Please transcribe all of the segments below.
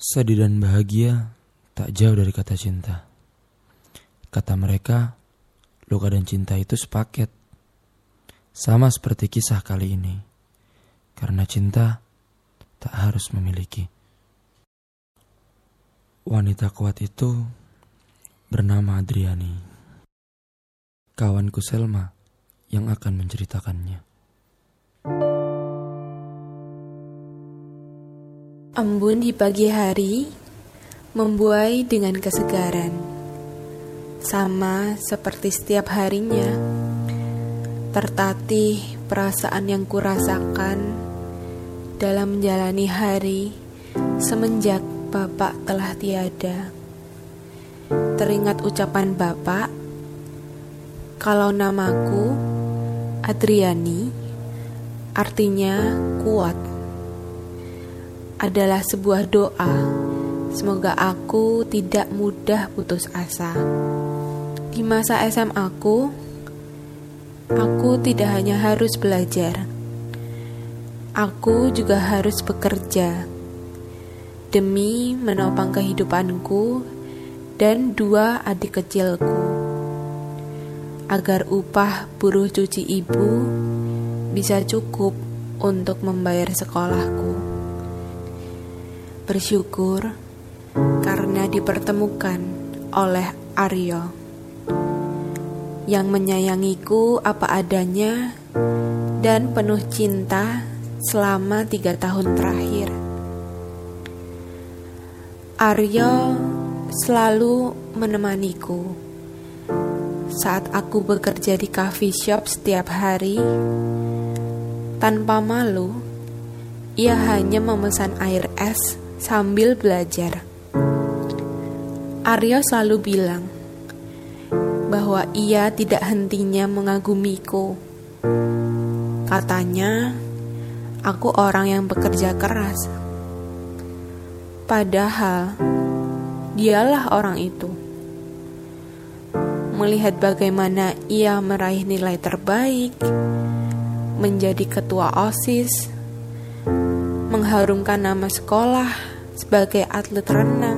Sedih dan bahagia tak jauh dari kata cinta. Kata mereka, luka dan cinta itu sepaket. Sama seperti kisah kali ini. Karena cinta tak harus memiliki. Wanita kuat itu bernama Adriani. Kawanku Selma yang akan menceritakannya. Embun di pagi hari membuai dengan kesegaran. Sama seperti setiap harinya, tertatih perasaan yang kurasakan dalam menjalani hari semenjak Bapak telah tiada. Teringat ucapan Bapak, kalau namaku Adriani artinya kuat. Adalah sebuah doa. Semoga aku tidak mudah putus asa. Di masa SMA aku tidak hanya harus belajar. Aku juga harus bekerja demi menopang kehidupanku dan 2 adik kecilku, agar upah buruh cuci ibu bisa cukup untuk membayar sekolahku. Bersyukur karena dipertemukan oleh Aryo yang menyayangiku apa adanya dan penuh cinta selama 3 tahun terakhir. Aryo selalu menemaniku saat aku bekerja di coffee shop setiap hari. Tanpa malu, ia hanya memesan air es sambil belajar. Aryo selalu bilang bahwa ia tidak hentinya mengagumiku. Katanya, aku orang yang bekerja keras. Padahal, dialah orang itu. Melihat bagaimana ia meraih nilai terbaik, menjadi ketua OSIS, mengharumkan nama sekolah sebagai atlet renang.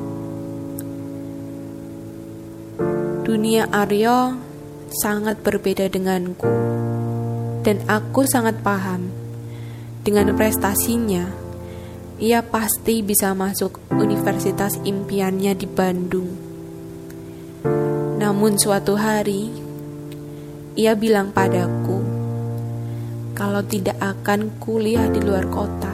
Dunia Aryo sangat berbeda denganku, dan aku sangat paham dengan prestasinya. Ia pasti bisa masuk universitas impiannya di Bandung. Namun suatu hari, ia bilang padaku kalau tidak akan kuliah di luar kota.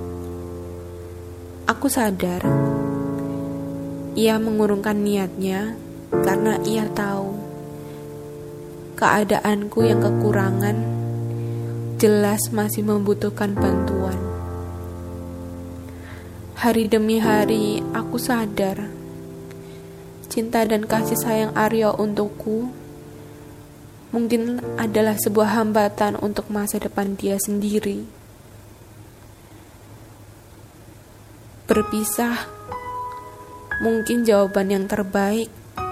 Aku sadar ia mengurungkan niatnya karena ia tahu keadaanku yang kekurangan jelas masih membutuhkan bantuan. Hari demi hari aku sadar cinta dan kasih sayang Aryo untukku mungkin adalah sebuah hambatan untuk masa depan dia sendiri. Berpisah mungkin jawaban yang terbaik.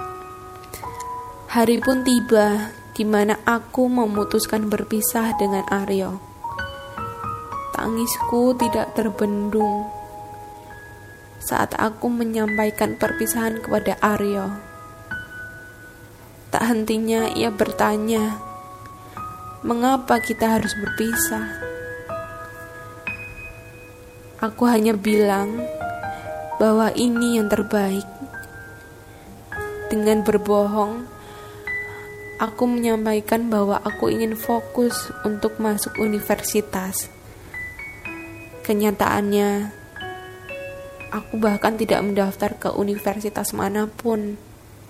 Hari pun tiba di mana aku memutuskan berpisah dengan Aryo. Tangisku tidak terbendung saat aku menyampaikan perpisahan kepada Aryo. Tak hentinya ia bertanya, mengapa kita harus berpisah? Aku hanya bilang bahwa ini yang terbaik. Dengan berbohong, aku menyampaikan bahwa aku ingin fokus untuk masuk universitas. Kenyataannya, aku bahkan tidak mendaftar ke universitas manapun.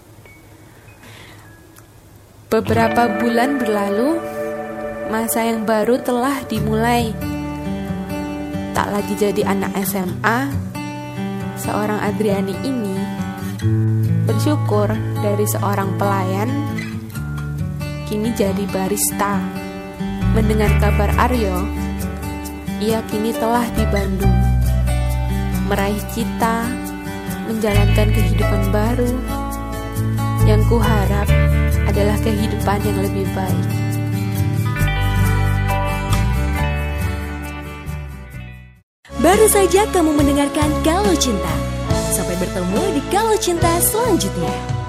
Beberapa bulan berlalu, masa yang baru telah dimulai. Tak lagi jadi anak SMA, seorang Adriani ini bersyukur dari seorang pelayan kini jadi barista. Mendengar kabar Aryo, ia kini telah di Bandung, meraih cita, menjalankan kehidupan baru yang kuharap adalah kehidupan yang lebih baik. Baru saja kamu mendengarkan Kalau Cinta. bertemu di Kalau Cinta selanjutnya.